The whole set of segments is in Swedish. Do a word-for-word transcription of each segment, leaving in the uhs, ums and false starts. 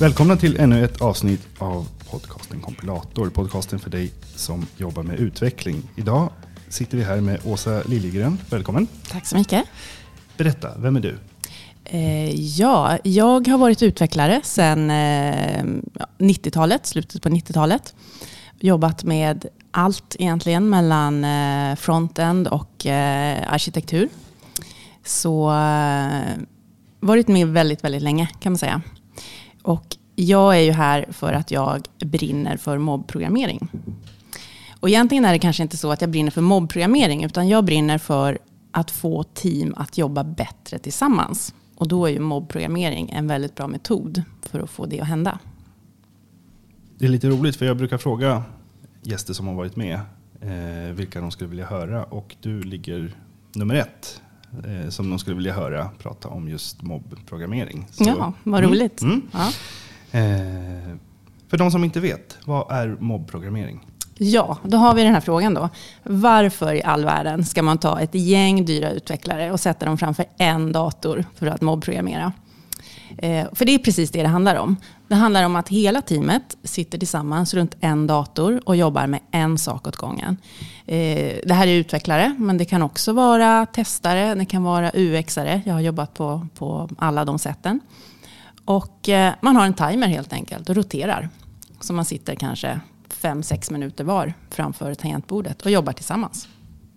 Välkomna till ännu ett avsnitt av podcasten Kompilator. Podcasten för dig som jobbar med utveckling. Idag sitter vi här med Åsa Liljegren. Välkommen. Tack så mycket. Berätta, vem är du? Eh, ja, jag har varit utvecklare sedan eh, nittiotalet, slutet på nittiotalet. Jobbat med allt egentligen mellan eh, frontend och eh, arkitektur. Så eh, varit med väldigt, väldigt länge kan man säga. Och jag är ju här för att jag brinner för mobbprogrammering. Och egentligen är det kanske inte så att jag brinner för mobbprogrammering, utan jag brinner för att få team att jobba bättre tillsammans. Och då är ju mobbprogrammering en väldigt bra metod för att få det att hända. Det är lite roligt för jag brukar fråga gäster som har varit med eh, vilka de skulle vilja höra. Och du ligger nummer ett eh, som de skulle vilja höra prata om just mobbprogrammering. Så, ja, vad roligt. Mm, mm. Ja. Eh, för de som inte vet, vad är mobbprogrammering? Ja, då har vi den här frågan då. Varför i all världen ska man ta ett gäng dyra utvecklare och sätta dem framför en dator för att mobbprogrammera? Eh, för det är precis det det handlar om. Det handlar om att hela teamet sitter tillsammans runt en dator och jobbar med en sak åt gången. Eh, det här är utvecklare, men det kan också vara testare, det kan vara U X-are. Jag har jobbat på, på alla de sätten. Och eh, man har en timer helt enkelt och roterar. Så man sitter kanske fem, sex minuter var framför tangentbordet och jobbar tillsammans.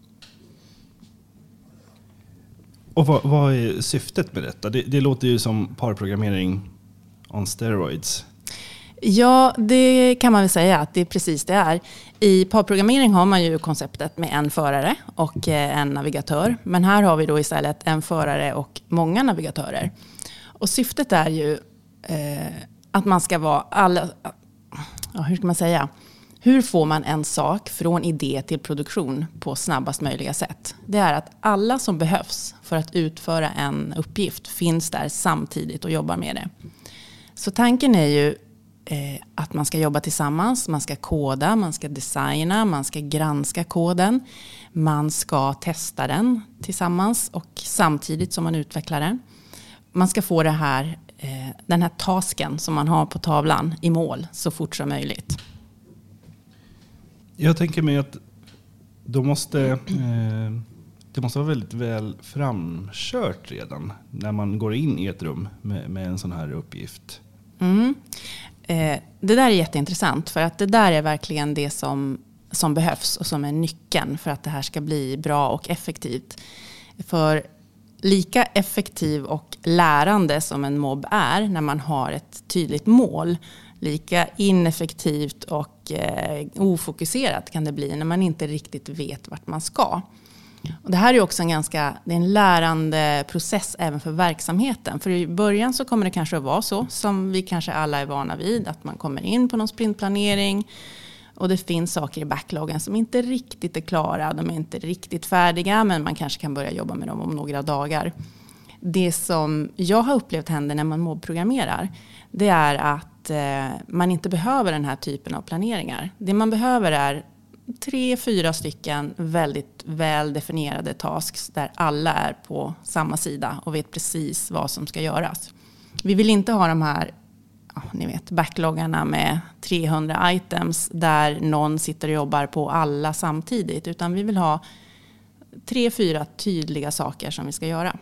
Och vad, vad är syftet med detta? Det, det låter ju som parprogrammering on steroids. Ja, det kan man väl säga att det är precis det är. I parprogrammering har man ju konceptet med en förare och en navigatör. Men här har vi då istället en förare och många navigatörer. Och syftet är ju eh, att man ska vara alla... Ja, hur ska man säga? Hur får man en sak från idé till produktion på snabbast möjliga sätt? Det är att alla som behövs för att utföra en uppgift finns där samtidigt och jobbar med det. Så tanken är ju eh, att man ska jobba tillsammans, man ska koda, man ska designa, man ska granska koden. Man ska testa den tillsammans och samtidigt som man utvecklar den. Man ska få det här, eh, den här tasken som man har på tavlan i mål så fort som möjligt. Jag tänker mig att då måste, eh, det måste vara väldigt väl framkört redan när man går in i ett rum med, med en sån här uppgift. Mm. Eh, det där är jätteintressant för att det där är verkligen det som, som behövs och som är nyckeln för att det här ska bli bra och effektivt. För lika effektiv och lärande som en mobb är när man har ett tydligt mål, lika ineffektivt och eh, ofokuserat kan det bli när man inte riktigt vet vart man ska. Och det här är också en ganska det är en lärande process även för verksamheten. För i början så kommer det kanske att vara så som vi kanske alla är vana vid. Att man kommer in på någon sprintplanering och det finns saker i backloggen som inte riktigt är klara. De är inte riktigt färdiga men man kanske kan börja jobba med dem om några dagar. Det som jag har upplevt händer när man mobbprogrammerar det är att eh, man inte behöver den här typen av planeringar. Det man behöver är tre, fyra stycken väldigt väl definierade tasks där alla är på samma sida och vet precis vad som ska göras. Vi vill inte ha de här ja, ni vet, backloggarna med trehundra items där någon sitter och jobbar på alla samtidigt. Utan vi vill ha tre, fyra tydliga saker som vi ska göra.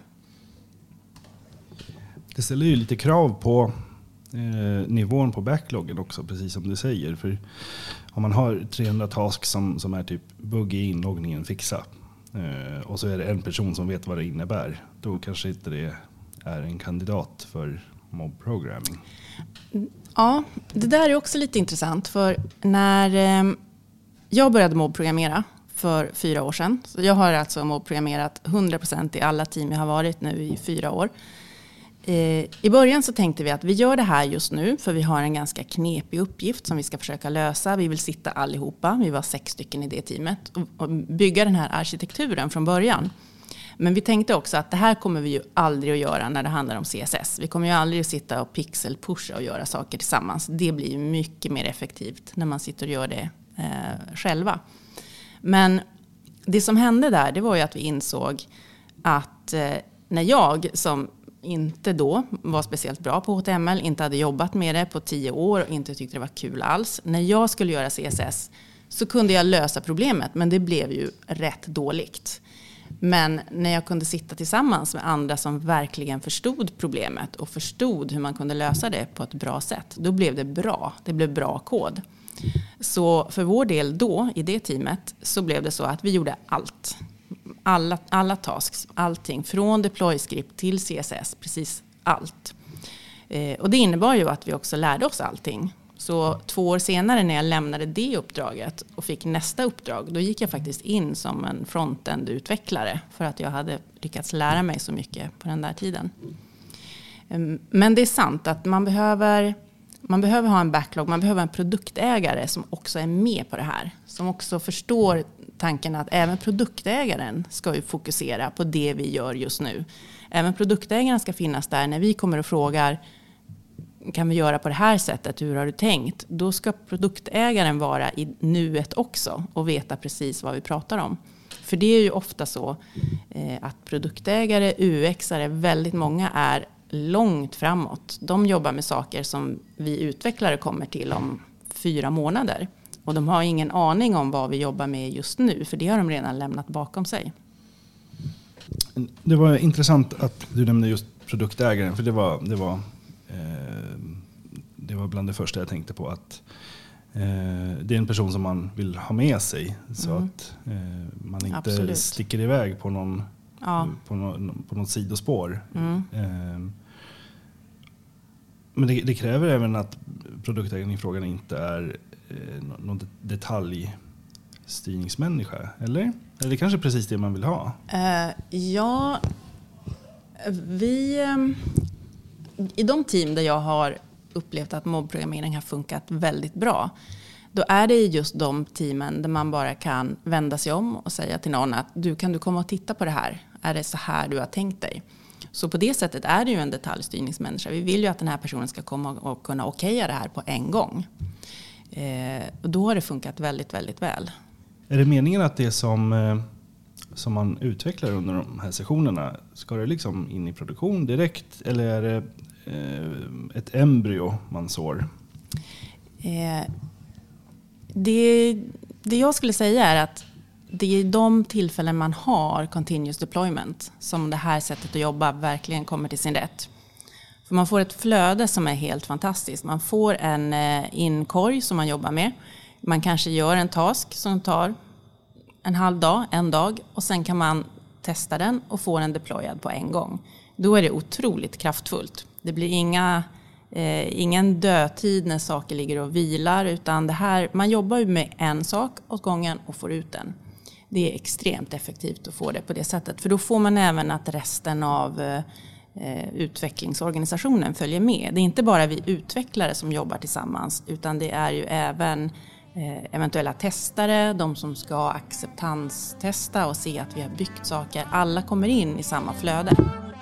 Det ställer ju lite krav på eh, nivån på backloggen också, precis som du säger. För om man har trehundra tasks som, som är typ bugg i inloggningen, fixa. Eh, och så är det en person som vet vad det innebär. Då kanske inte det är en kandidat för mobbprogramming. Ja, det där är också lite intressant. För när eh, jag började mobbprogrammera för fyra år sedan. Så jag har alltså mobbprogrammerat hundra procent i alla team jag har varit nu i fyra år. I början så tänkte vi att vi gör det här just nu för vi har en ganska knepig uppgift som vi ska försöka lösa. Vi vill sitta allihopa, vi var sex stycken i det teamet och bygga den här arkitekturen från början. Men vi tänkte också att det här kommer vi ju aldrig att göra när det handlar om C S S. Vi kommer ju aldrig att sitta och pixelpusha och göra saker tillsammans. Det blir ju mycket mer effektivt när man sitter och gör det eh, själva. Men det som hände där, det var ju att vi insåg att eh, när jag som inte då var speciellt bra på H T M L, inte hade jobbat med det på tio år och inte tyckte det var kul alls. När jag skulle göra C S S så kunde jag lösa problemet, men det blev ju rätt dåligt. Men när jag kunde sitta tillsammans med andra som verkligen förstod problemet och förstod hur man kunde lösa det på ett bra sätt, då blev det bra. Det blev bra kod. Så för vår del då, i det teamet, så blev det så att vi gjorde allt. Alla, alla tasks, allting. Från deploy-script till C S S, precis allt. Eh, och det innebar ju att vi också lärde oss allting. Så två år senare när jag lämnade det uppdraget och fick nästa uppdrag, då gick jag faktiskt in som en frontend-utvecklare för att jag hade lyckats lära mig så mycket på den där tiden. Men det är sant att man behöver, man behöver ha en backlog, man behöver en produktägare som också är med på det här. Som också förstår tanken att även produktägaren ska ju fokusera på det vi gör just nu. Även produktägaren ska finnas där när vi kommer och frågar: kan vi göra på det här sättet? Hur har du tänkt? Då ska produktägaren vara i nuet också och veta precis vad vi pratar om. För det är ju ofta så eh, att produktägare, U X-are, väldigt många är långt framåt. De jobbar med saker som vi utvecklare kommer till om fyra månader. Och de har ingen aning om vad vi jobbar med just nu, för det har de redan lämnat bakom sig. Det var intressant att du nämnde just produktägaren, för det var... Det var... Det var bland det första jag tänkte på, att eh, det är en person som man vill ha med sig så mm. att eh, man inte Absolut. sticker iväg på någon, ja. på någon, på någon sidospår. Mm. Eh, men det, det kräver även att produktägaren i frågan inte är eh, någon detaljstyrningsmänniska, eller? Eller det kanske är precis det man vill ha? Uh, ja, vi... Um, i de team där jag har upplevt att mobbprogrammering har funkat väldigt bra, då är det just de teamen där man bara kan vända sig om och säga till någon att du, kan du komma och titta på det här? Är det så här du har tänkt dig? Så på det sättet är det ju en detaljstyrningsmänniska. Vi vill ju att den här personen ska komma och kunna okeja det här på en gång. Eh, och då har det funkat väldigt, väldigt väl. Är det meningen att det som, eh, som man utvecklar under de här sessionerna, ska det liksom in i produktion direkt, eller är det eh, ett embryo man sår? Eh, det, det jag skulle säga är att det är de tillfällen man har continuous deployment som det här sättet att jobba verkligen kommer till sin rätt. För man får ett flöde som är helt fantastiskt. Man får en inkorg som man jobbar med. Man kanske gör en task som tar en halv dag, en dag. Och sen kan man testa den och få den deployad på en gång. Då är det otroligt kraftfullt. Det blir inga, eh, ingen dödtid när saker ligger och vilar. Utan det här, man jobbar ju med en sak åt gången och får ut den. Det är extremt effektivt att få det på det sättet. För då får man även att resten av eh, utvecklingsorganisationen följer med. Det är inte bara vi utvecklare som jobbar tillsammans, utan det är ju även eh, eventuella testare, de som ska acceptanstesta och se att vi har byggt saker. Alla kommer in i samma flöde.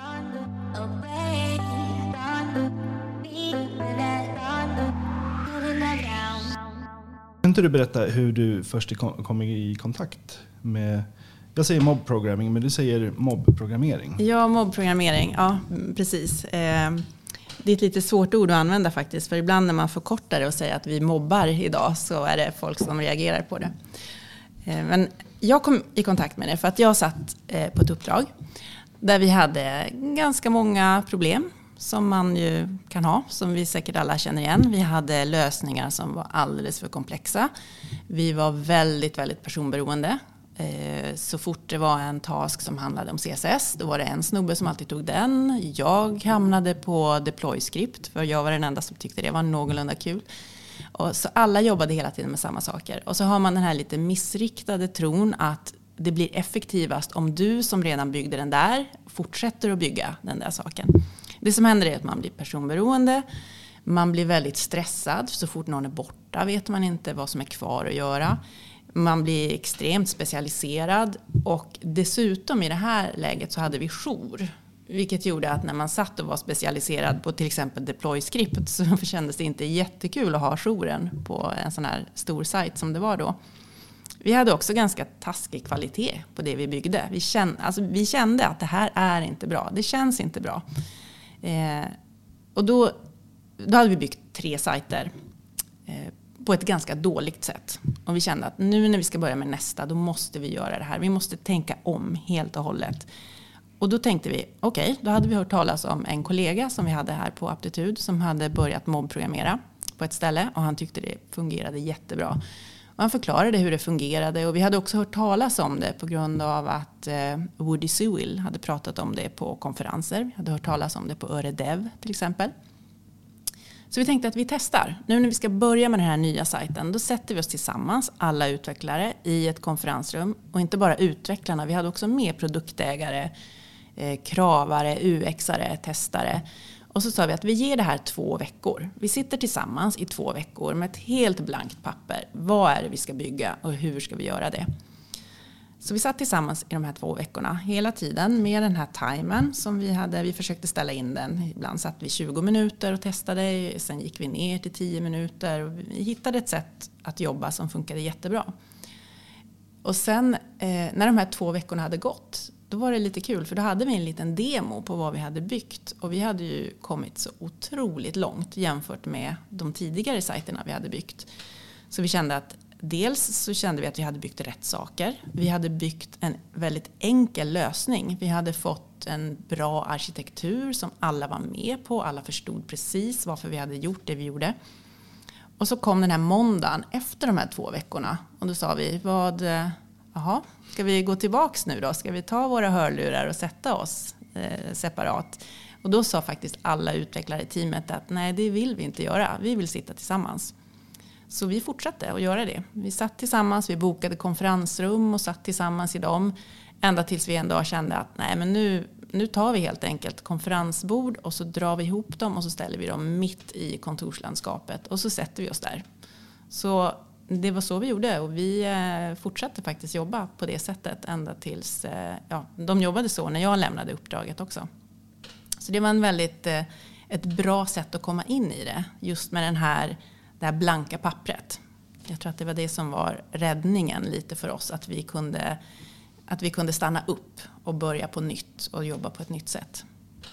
Kan inte du berätta hur du först kom i kontakt med, jag säger mobbprogrammering, men du säger mobbprogrammering? Ja, mobbprogrammering, ja precis. Det är ett lite svårt ord att använda faktiskt, för ibland när man förkortar det och säger att vi mobbar idag så är det folk som reagerar på det. Men jag kom i kontakt med det för att jag satt på ett uppdrag där vi hade ganska många problem som man ju kan ha, som vi säkert alla känner igen. Vi hade lösningar som var alldeles för komplexa. Vi var väldigt, väldigt personberoende. Så fort det var en task som handlade om C S S, då var det en snubbe som alltid tog den. Jag hamnade på deploy-script, för jag var den enda som tyckte det var någorlunda kul. Och så alla jobbade hela tiden med samma saker. Och så har man den här lite missriktade tron att det blir effektivast om du som redan byggde den där fortsätter att bygga den där saken. Det som händer är att man blir personberoende. Man blir väldigt stressad. Så fort någon är borta vet man inte vad som är kvar att göra. Man blir extremt specialiserad. Och dessutom i det här läget så hade vi jour. Vilket gjorde att när man satt och var specialiserad på till exempel deploy-script så kändes det inte jättekul att ha jouren på en sån här stor sajt som det var då. Vi hade också ganska taskig kvalitet på det vi byggde. Vi kände, alltså, vi kände att det här är inte bra. Det känns inte bra. Eh, och då, då hade vi byggt tre sajter eh, på ett ganska dåligt sätt. Och vi kände att nu när vi ska börja med nästa, då måste vi göra det här. Vi måste tänka om helt och hållet. Och då tänkte vi, okej, okay, då hade vi hört talas om en kollega som vi hade här på Aptitude som hade börjat mobbprogrammera på ett ställe och han tyckte det fungerade jättebra. Och han förklarade hur det fungerade och vi hade också hört talas om det på grund av att eh, Woody Sewell hade pratat om det på konferenser. Vi hade hört talas om det på Öredev till exempel. Så vi tänkte att vi testar. Nu när vi ska börja med den här nya sajten, då sätter vi oss tillsammans, alla utvecklare, i ett konferensrum. Och inte bara utvecklarna, vi hade också med produktägare, eh, kravare, U X-are, testare. Och så sa vi att vi ger det här två veckor. Vi sitter tillsammans i två veckor med ett helt blankt papper. Vad är det vi ska bygga och hur ska vi göra det? Så vi satt tillsammans i de här två veckorna hela tiden med den här timern som vi hade. Vi försökte ställa in den. Ibland satt vi tjugo minuter och testade. Sen gick vi ner till tio minuter. Och vi hittade ett sätt att jobba som funkade jättebra. Och sen eh, när de här två veckorna hade gått, då var det lite kul. För då hade vi en liten demo på vad vi hade byggt. Och vi hade ju kommit så otroligt långt jämfört med de tidigare sajterna vi hade byggt. Så vi kände att dels så kände vi att vi hade byggt rätt saker. Vi hade byggt en väldigt enkel lösning. Vi hade fått en bra arkitektur som alla var med på. Alla förstod precis varför vi hade gjort det vi gjorde. Och så kom den här måndagen efter de här två veckorna. Och då sa vi, vad, jaha, ska vi gå tillbaks nu då? Ska vi ta våra hörlurar och sätta oss eh, separat? Och då sa faktiskt alla utvecklare i teamet att nej, det vill vi inte göra. Vi vill sitta tillsammans. Så vi fortsatte att göra det. Vi satt tillsammans, vi bokade konferensrum och satt tillsammans i dem. Ända tills vi en dag kände att nej, men nu, nu tar vi helt enkelt konferensbord och så drar vi ihop dem och så ställer vi dem mitt i kontorslandskapet och så sätter vi oss där. Så det var så vi gjorde och vi fortsatte faktiskt jobba på det sättet ända tills, ja, de jobbade så när jag lämnade uppdraget också. Så det var en väldigt, ett bra sätt att komma in i det, just med den här det här blanka pappret. Jag tror att det var det som var räddningen lite för oss. Att vi kunde, att vi kunde stanna upp och börja på nytt och jobba på ett nytt sätt.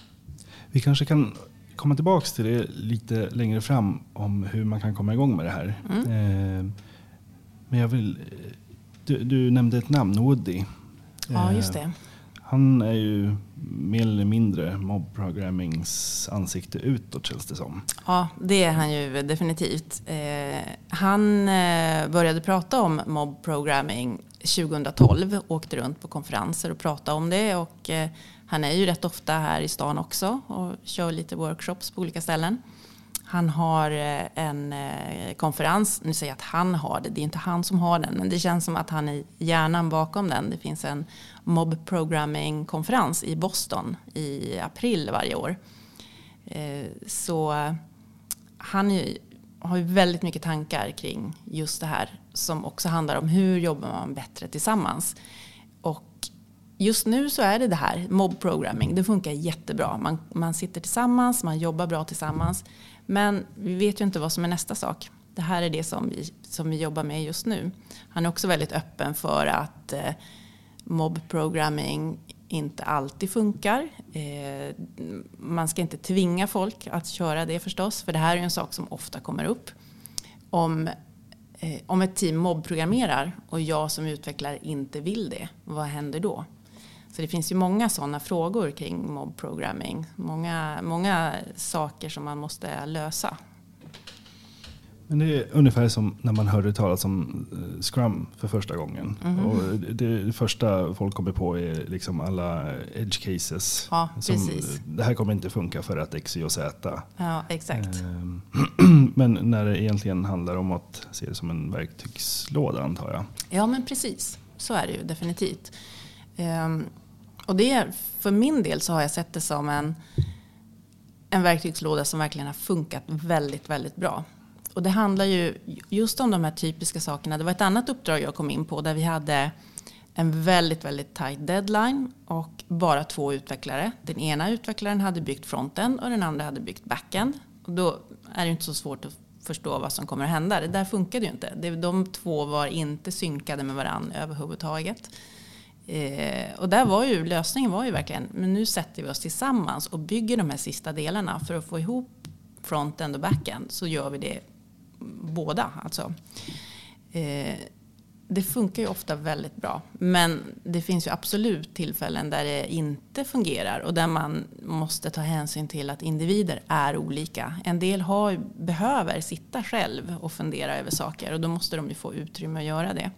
Vi kanske kan komma tillbaka till det lite längre fram om hur man kan komma igång med det här. Mm. Eh, men jag vill... Du, du nämnde ett namn, Woody. Ja, just det. Eh, han är ju mer eller mindre mobbprogrammings ansikte utåt, känns det som. Ja, det är han ju definitivt. Eh, han eh, började prata om mobbprogramming tjugohundratolv. Åkte runt på konferenser och pratade om det. Och eh, han är ju rätt ofta här i stan också och kör lite workshops på olika ställen. Han har en konferens, nu säger jag att han har det, det är inte han som har den, men det känns som att han är hjärnan bakom den. Det finns en mob programming konferens i Boston i april varje år. Så han har ju väldigt mycket tankar kring just det här som också handlar om hur jobbar man bättre tillsammans. Och just nu så är det det här, mob programming, det funkar jättebra. Man, man sitter tillsammans, man jobbar bra tillsammans. Men vi vet ju inte vad som är nästa sak. Det här är det som vi, som vi jobbar med just nu. Han är också väldigt öppen för att eh, mob programming inte alltid funkar. Eh, man ska inte tvinga folk att köra det förstås. För det här är en sak som ofta kommer upp. Om, eh, om ett team mobbprogrammerar och jag som utvecklare inte vill det, vad händer då? Så det finns ju många sådana frågor kring mobbprogramming. Många, många saker som man måste lösa. Men det är ungefär som när man hörde talas om Scrum för första gången. Mm-hmm. Och det, det första folk kommer på är liksom alla edge cases. Ja, som, precis. Det här kommer inte funka för att X, Y och Z. Ja, exakt. Men när det egentligen handlar om att se det som en verktygslåda, antar jag. Ja, men precis. Så är det ju definitivt. Um, och det är, för min del så har jag sett det som en, en verktygslåda som verkligen har funkat väldigt, väldigt bra. Och det handlar ju just om de här typiska sakerna. Det var ett annat uppdrag jag kom in på där vi hade en väldigt, väldigt tight deadline och bara två utvecklare. Den ena utvecklaren hade byggt frontend och den andra hade byggt backend. Och då är det inte så svårt att förstå vad som kommer att hända. Det där funkade ju inte. De två var inte synkade med varandra överhuvudtaget. Eh, och där var ju lösningen var ju verkligen, men nu sätter vi oss tillsammans och bygger de här sista delarna för att få ihop frontend och backend, så gör vi det båda. Alltså. Eh, det funkar ju ofta väldigt bra, men det finns ju absolut tillfällen där det inte fungerar och där man måste ta hänsyn till att individer är olika. En del har, behöver sitta själv och fundera över saker, och då måste de ju få utrymme att göra det.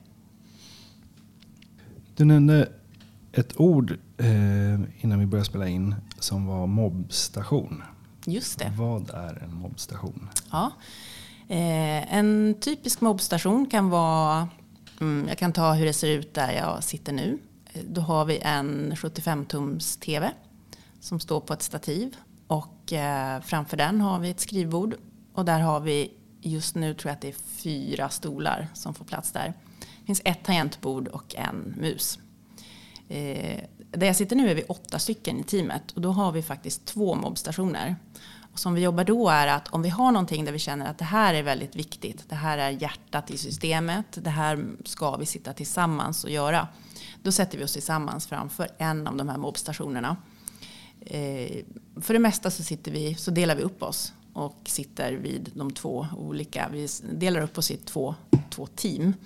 Du nämnde ett ord eh, innan vi började spela in som var mobbstation. Just det. Vad är en mobbstation? Ja. Eh, en typisk mobbstation kan vara, mm, jag kan ta hur det ser ut där jag sitter nu. Då har vi en sjuttiofem tums tv som står på ett stativ, och eh, framför den har vi ett skrivbord, och där har vi just nu, tror jag att det är fyra stolar som får plats där. Det finns ett tangentbord och en mus. Eh, där jag sitter nu är vi åtta stycken i teamet, och då har vi faktiskt två mobbstationer. Och som vi jobbar då är att om vi har någonting där vi känner att det här är väldigt viktigt, det här är hjärtat i systemet, det här ska vi sitta tillsammans och göra, då sätter vi oss tillsammans framför en av de här mobbstationerna. Eh, för det mesta så, sitter vi, så delar vi upp oss och sitter vid de två olika, vi delar upp oss i två, två team.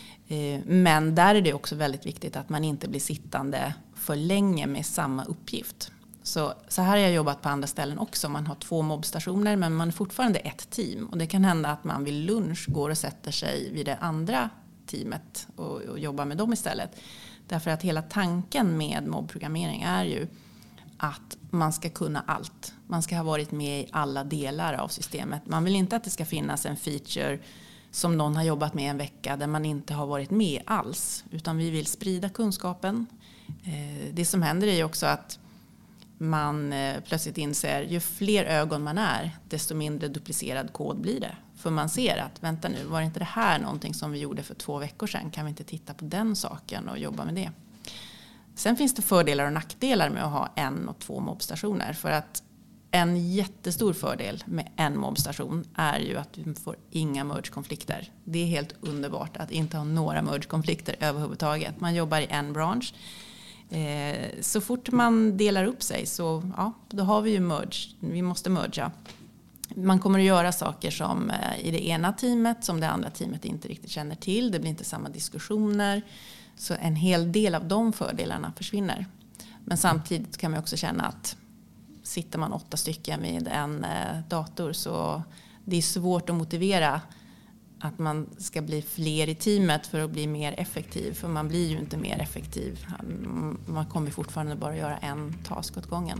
Men där är det också väldigt viktigt att man inte blir sittande för länge med samma uppgift. Så, så här har jag jobbat på andra ställen också. Man har två mobbstationer, men man är fortfarande ett team. Och det kan hända att man vid lunch går och sätter sig vid det andra teamet och, och jobbar med dem istället. Därför att hela tanken med mobbprogrammering är ju att man ska kunna allt. Man ska ha varit med i alla delar av systemet. Man vill inte att det ska finnas en feature som någon har jobbat med en vecka där man inte har varit med alls. Utan vi vill sprida kunskapen. Det som händer är ju också att man plötsligt inser, ju fler ögon man är, desto mindre duplicerad kod blir det. För man ser att, vänta nu, var inte det här någonting som vi gjorde för två veckor sedan? Kan vi inte titta på den saken och jobba med det? Sen finns det fördelar och nackdelar med att ha en och två mobbstationer. För att en jättestor fördel med en mobbstation är ju att vi får inga merge-konflikter. Det är helt underbart att inte ha några merge-konflikter överhuvudtaget. Man jobbar i en bransch. Eh, så fort man delar upp sig så ja, då har vi ju merge. Vi måste mergea. Man kommer att göra saker som eh, i det ena teamet som det andra teamet inte riktigt känner till. Det blir inte samma diskussioner. Så en hel del av de fördelarna försvinner. Men samtidigt kan man också känna att sitter man åtta stycken med en eh, dator, så det är svårt att motivera att man ska bli fler i teamet för att bli mer effektiv. För man blir ju inte mer effektiv. Man kommer fortfarande bara göra en task åt gången.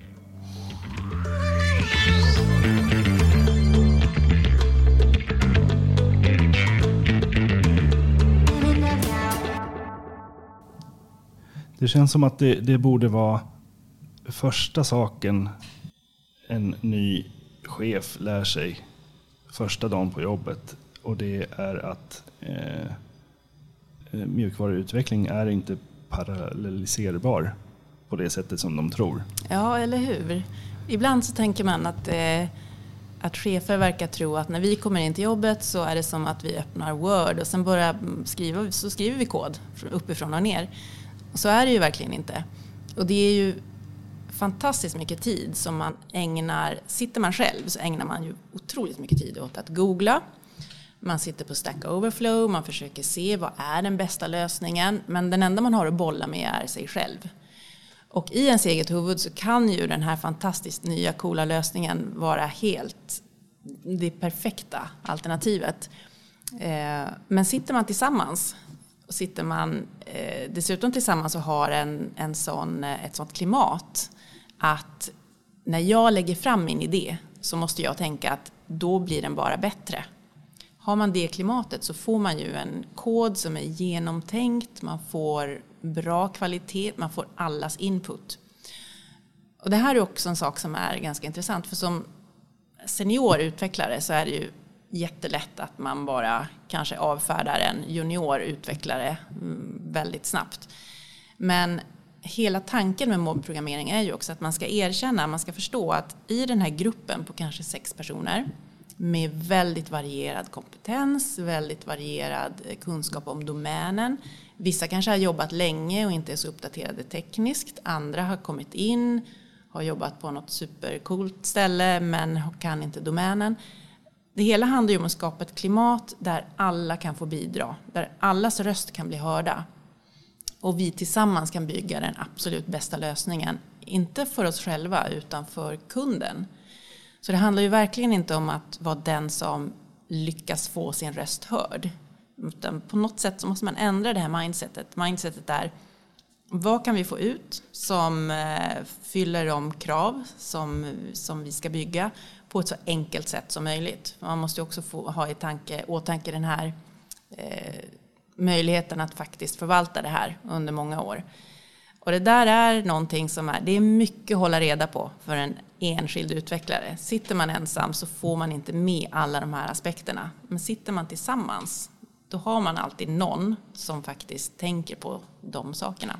Det känns som att det, det borde vara första saken en ny chef lär sig första dagen på jobbet. Och det är att eh, mjukvaruutveckling är inte parallelliserbar på det sättet som de tror. Ja, eller hur? Ibland så tänker man att, eh, att chefer verkar tro att när vi kommer in till jobbet så är det som att vi öppnar Word och sen börjar skriva, så skriver vi kod uppifrån och ner. Och så är det ju verkligen inte. Och det är ju fantastiskt mycket tid som man ägnar, sitter man själv så ägnar man ju otroligt mycket tid åt att googla. Man sitter på Stack Overflow, man försöker se vad är den bästa lösningen, men den enda man har att bolla med är sig själv. Och i ens eget huvud så kan ju den här fantastiskt nya coola lösningen vara helt det perfekta alternativet. Men sitter man tillsammans och sitter man dessutom tillsammans och har en, en sån, ett sånt klimat att när jag lägger fram min idé så måste jag tänka att då blir den bara bättre. Har man det klimatet så får man ju en kod som är genomtänkt, man får bra kvalitet, man får allas input. Och det här är också en sak som är ganska intressant, för som senior utvecklare så är det ju jättelätt att man bara kanske avfärdar en junior utvecklare väldigt snabbt. Men hela tanken med mobbprogrammering är ju också att man ska erkänna, man ska förstå att i den här gruppen på kanske sex personer med väldigt varierad kompetens, väldigt varierad kunskap om domänen, Vissa kanske har jobbat länge och inte är så uppdaterade tekniskt. Andra har kommit in, har jobbat på något supercoolt ställe men kan inte domänen. Det hela handlar ju om att skapa ett klimat där alla kan få bidra. Där allas röst kan bli hörda. Och vi tillsammans kan bygga den absolut bästa lösningen. Inte för oss själva utan för kunden. Så det handlar ju verkligen inte om att vara den som lyckas få sin röst hörd. Utan på något sätt så måste man ändra det här mindsetet. Mindsetet är, vad kan vi få ut som eh, fyller de krav som, som vi ska bygga på ett så enkelt sätt som möjligt. Man måste ju också få ha i tanke, åtanke den här eh, möjligheten att faktiskt förvalta det här under många år. Och det där är någonting som är, det är mycket att hålla reda på för en enskild utvecklare. Sitter man ensam så får man inte med alla de här aspekterna. Men sitter man tillsammans, då har man alltid någon som faktiskt tänker på de sakerna.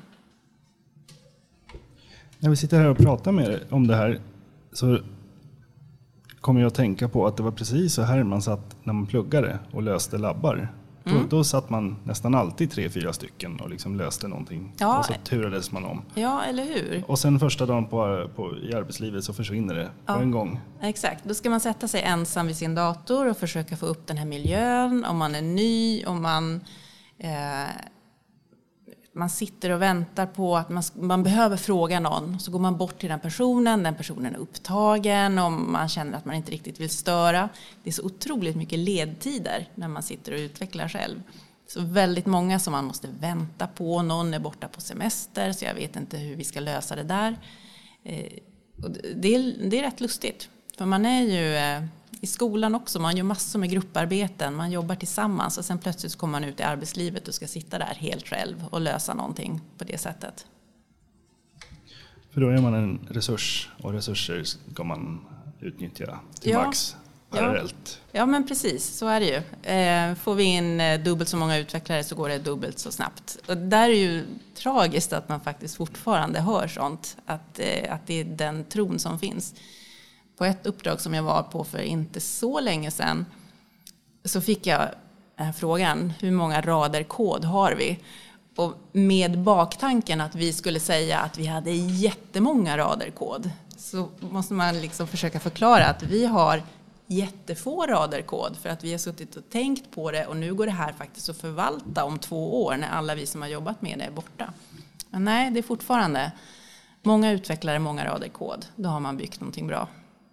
När vi sitter här och pratar med er om det här så kommer jag att tänka på att det var precis så här man satt när man pluggade och löste labbar. Mm. Då, då satt man nästan alltid tre, fyra stycken och liksom löste någonting. Ja. Och så turades man om. Ja, eller hur? Och sen första dagen på, på, i arbetslivet så försvinner det ja. på en gång. Exakt, då ska man sätta sig ensam vid sin dator och försöka få upp den här miljön. Om man är ny, om man... Eh, man sitter och väntar på att man, man behöver fråga någon. Så går man bort till den personen, den personen är upptagen och man känner att man inte riktigt vill störa. Det är så otroligt mycket ledtider när man sitter och utvecklar själv. Så väldigt många som man måste vänta på. Någon är borta på semester så jag vet inte hur vi ska lösa det där. Eh, och det, är, det är rätt lustigt. För man är ju eh, i skolan också, man gör massor med grupparbeten, man jobbar tillsammans och sen plötsligt kommer man ut i arbetslivet och ska sitta där helt själv och lösa någonting på det sättet. För då är man en resurs och resurser ska man utnyttja till ja. max parallellt. Ja. ja men precis, så är det ju. Eh, får vi in dubbelt så många utvecklare så går det dubbelt så snabbt. Och där är ju tragiskt att man faktiskt fortfarande hör sånt, att, eh, att det är den tron som finns. På ett uppdrag som jag var på för inte så länge sedan så fick jag frågan, hur många rader kod har vi? Och med baktanken att vi skulle säga att vi hade jättemånga rader kod så måste man liksom försöka förklara att vi har jättefå rader kod för att vi har suttit och tänkt på det och nu går det här faktiskt att förvalta om två år när alla vi som har jobbat med det är borta. Men nej, det är fortfarande många utvecklare, många rader kod. Då har man byggt någonting bra.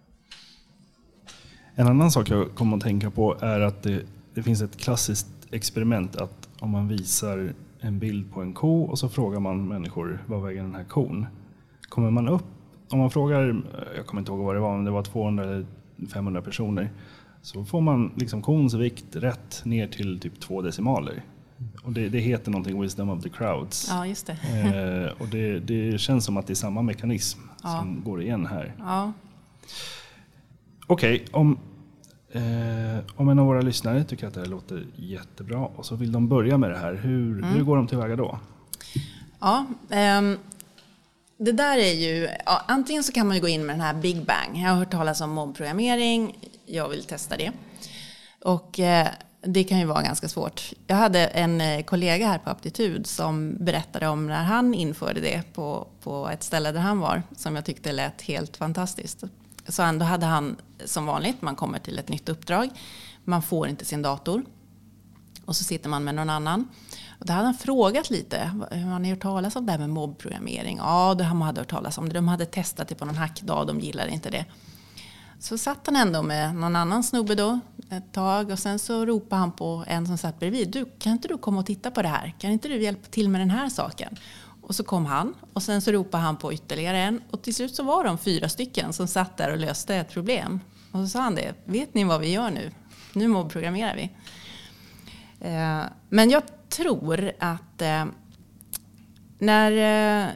En annan sak jag kommer att tänka på är att det, det finns ett klassiskt experiment att om man visar en bild på en ko och så frågar man människor vad väger den här kon. Kommer man upp, om man frågar, jag kommer inte ihåg vad det var, men det var tvåhundra eller femhundra personer, så får man liksom kons vikt rätt ner till typ två decimaler. Och det, det heter någonting wisdom of the crowds. Ja, just det. Eh, och det, det känns som att det är samma mekanism ja. som går igen här. Ja. Okej, okay, om, eh, om en av våra lyssnare tycker att det här låter jättebra och så vill de börja med det här, hur, mm. hur går de tillväga då? Ja, um, det där är ju, ja, antingen så kan man ju gå in med den här Big Bang. Jag har hört talas om mobbprogrammering, jag vill testa det. Och eh, det kan ju vara ganska svårt. Jag hade en kollega här på Aptitud som berättade om när han införde det på, på ett ställe där han var, som jag tyckte lät helt fantastiskt. Så då hade han som vanligt, man kommer till ett nytt uppdrag, man får inte sin dator och så sitter man med någon annan. Och då hade han frågat lite, hur har ni hört talas om det här med mobbprogrammering? Ja, de hade hört talas om det, de hade testat det på någon hackdag, de gillade inte det. Så satt han ändå med någon annan snubbe då ett tag och sen så ropade han på en som satt bredvid. Du, kan inte du komma och titta på det här? Kan inte du hjälpa till med den här saken? Och så kom han och sen så ropade han på ytterligare en. Och till slut så var de fyra stycken som satt där och löste ett problem. Och så sa han det, vet ni vad vi gör nu? Nu mobbprogrammerar vi. Eh, men jag tror att eh, när... Eh,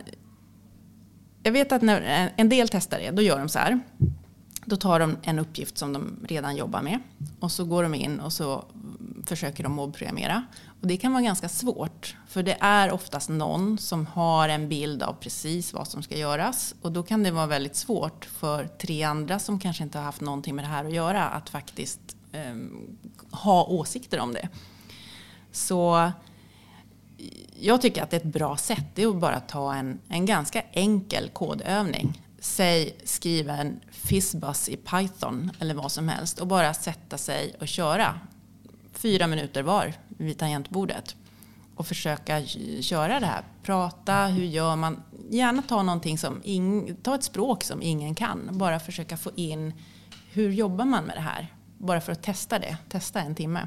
jag vet att när en del testar det, då gör de så här. Då tar de en uppgift som de redan jobbar med. Och så går de in och så försöker de mobbprogrammera. Och det kan vara ganska svårt. För det är oftast någon som har en bild av precis vad som ska göras. Och då kan det vara väldigt svårt för tre andra som kanske inte har haft någonting med det här att göra. Att faktiskt eh, ha åsikter om det. Så jag tycker att det är ett bra sätt, det är att bara ta en, en ganska enkel kodövning. Säg skriva en fizzbuzz i Python eller vad som helst och bara sätta sig och köra fyra minuter var vid tangentbordet och försöka köra det här. Prata, hur gör man? Gärna ta någonting som ing, ta ett språk som ingen kan. Bara försöka få in hur jobbar man med det här. Bara för att testa det, testa en timme.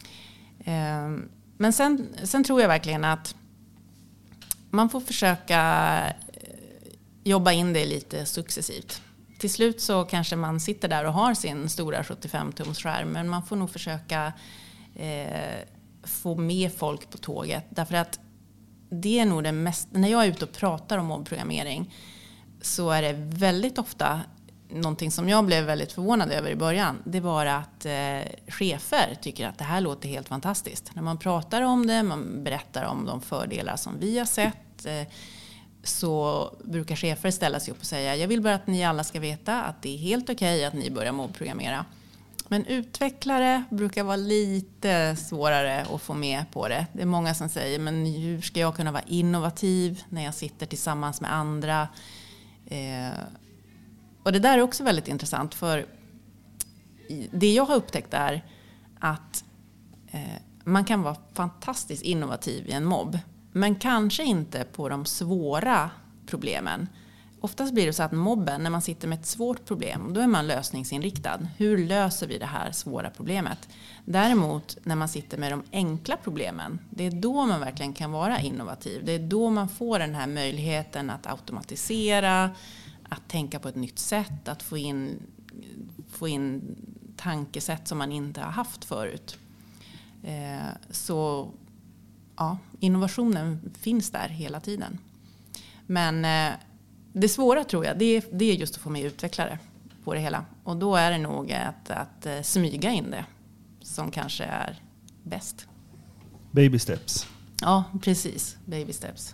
Men sen, sen tror jag verkligen att man får försöka jobba in det lite successivt. Till slut så kanske man sitter där och har sin stora sjuttiofem-tums skärm. Men man får nog försöka eh, få med folk på tåget. Därför att det är nog det mest... När jag är ute och pratar om mobbprogrammering så är det väldigt ofta någonting som jag blev väldigt förvånad över i början. Det var att eh, chefer tycker att det här låter helt fantastiskt. När man pratar om det, man berättar om de fördelar som vi har sett... Eh, så brukar chefer ställa sig upp och säga jag vill bara att ni alla ska veta att det är helt okej att ni börjar mobbprogrammera. Men utvecklare brukar vara lite svårare att få med på det. Det är många som säger men hur ska jag kunna vara innovativ när jag sitter tillsammans med andra? Eh, och det där är också väldigt intressant för det jag har upptäckt är att eh, man kan vara fantastiskt innovativ i en mobb. Men kanske inte på de svåra problemen. Oftast blir det så att mobben, när man sitter med ett svårt problem, då är man lösningsinriktad. Hur löser vi det här svåra problemet? Däremot när man sitter med de enkla problemen, det är då man verkligen kan vara innovativ. Det är då man får den här möjligheten att automatisera, att tänka på ett nytt sätt, att få in, få in tankesätt som man inte har haft förut. Eh, så... Ja, innovationen finns där hela tiden. Men eh, det svåra tror jag, det är, det är just att få med utvecklare på det hela. Och då är det nog att, att, att smyga in det som kanske är bäst. Baby steps. Ja, precis. Baby steps.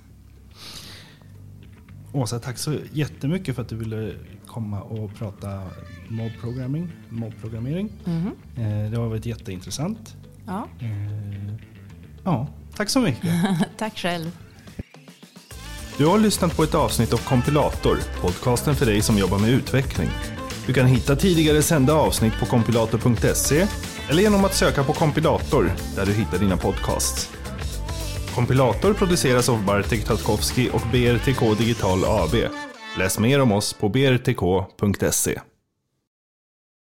Åsa, tack så jättemycket för att du ville komma och prata mobbprogrammering. mobbprogrammering. Mm-hmm. Eh, det har varit jätteintressant. Ja. Eh, ja. Tack så mycket. Tack själv. Du har lyssnat på ett avsnitt av Kompilator, podcasten för dig som jobbar med utveckling. Du kan hitta tidigare sända avsnitt på kompilator punkt se eller genom att söka på Kompilator där du hittar dina podcasts. Kompilator produceras av Bartek Tatkowski och B R T K Digital A B. Läs mer om oss på b r t k punkt se.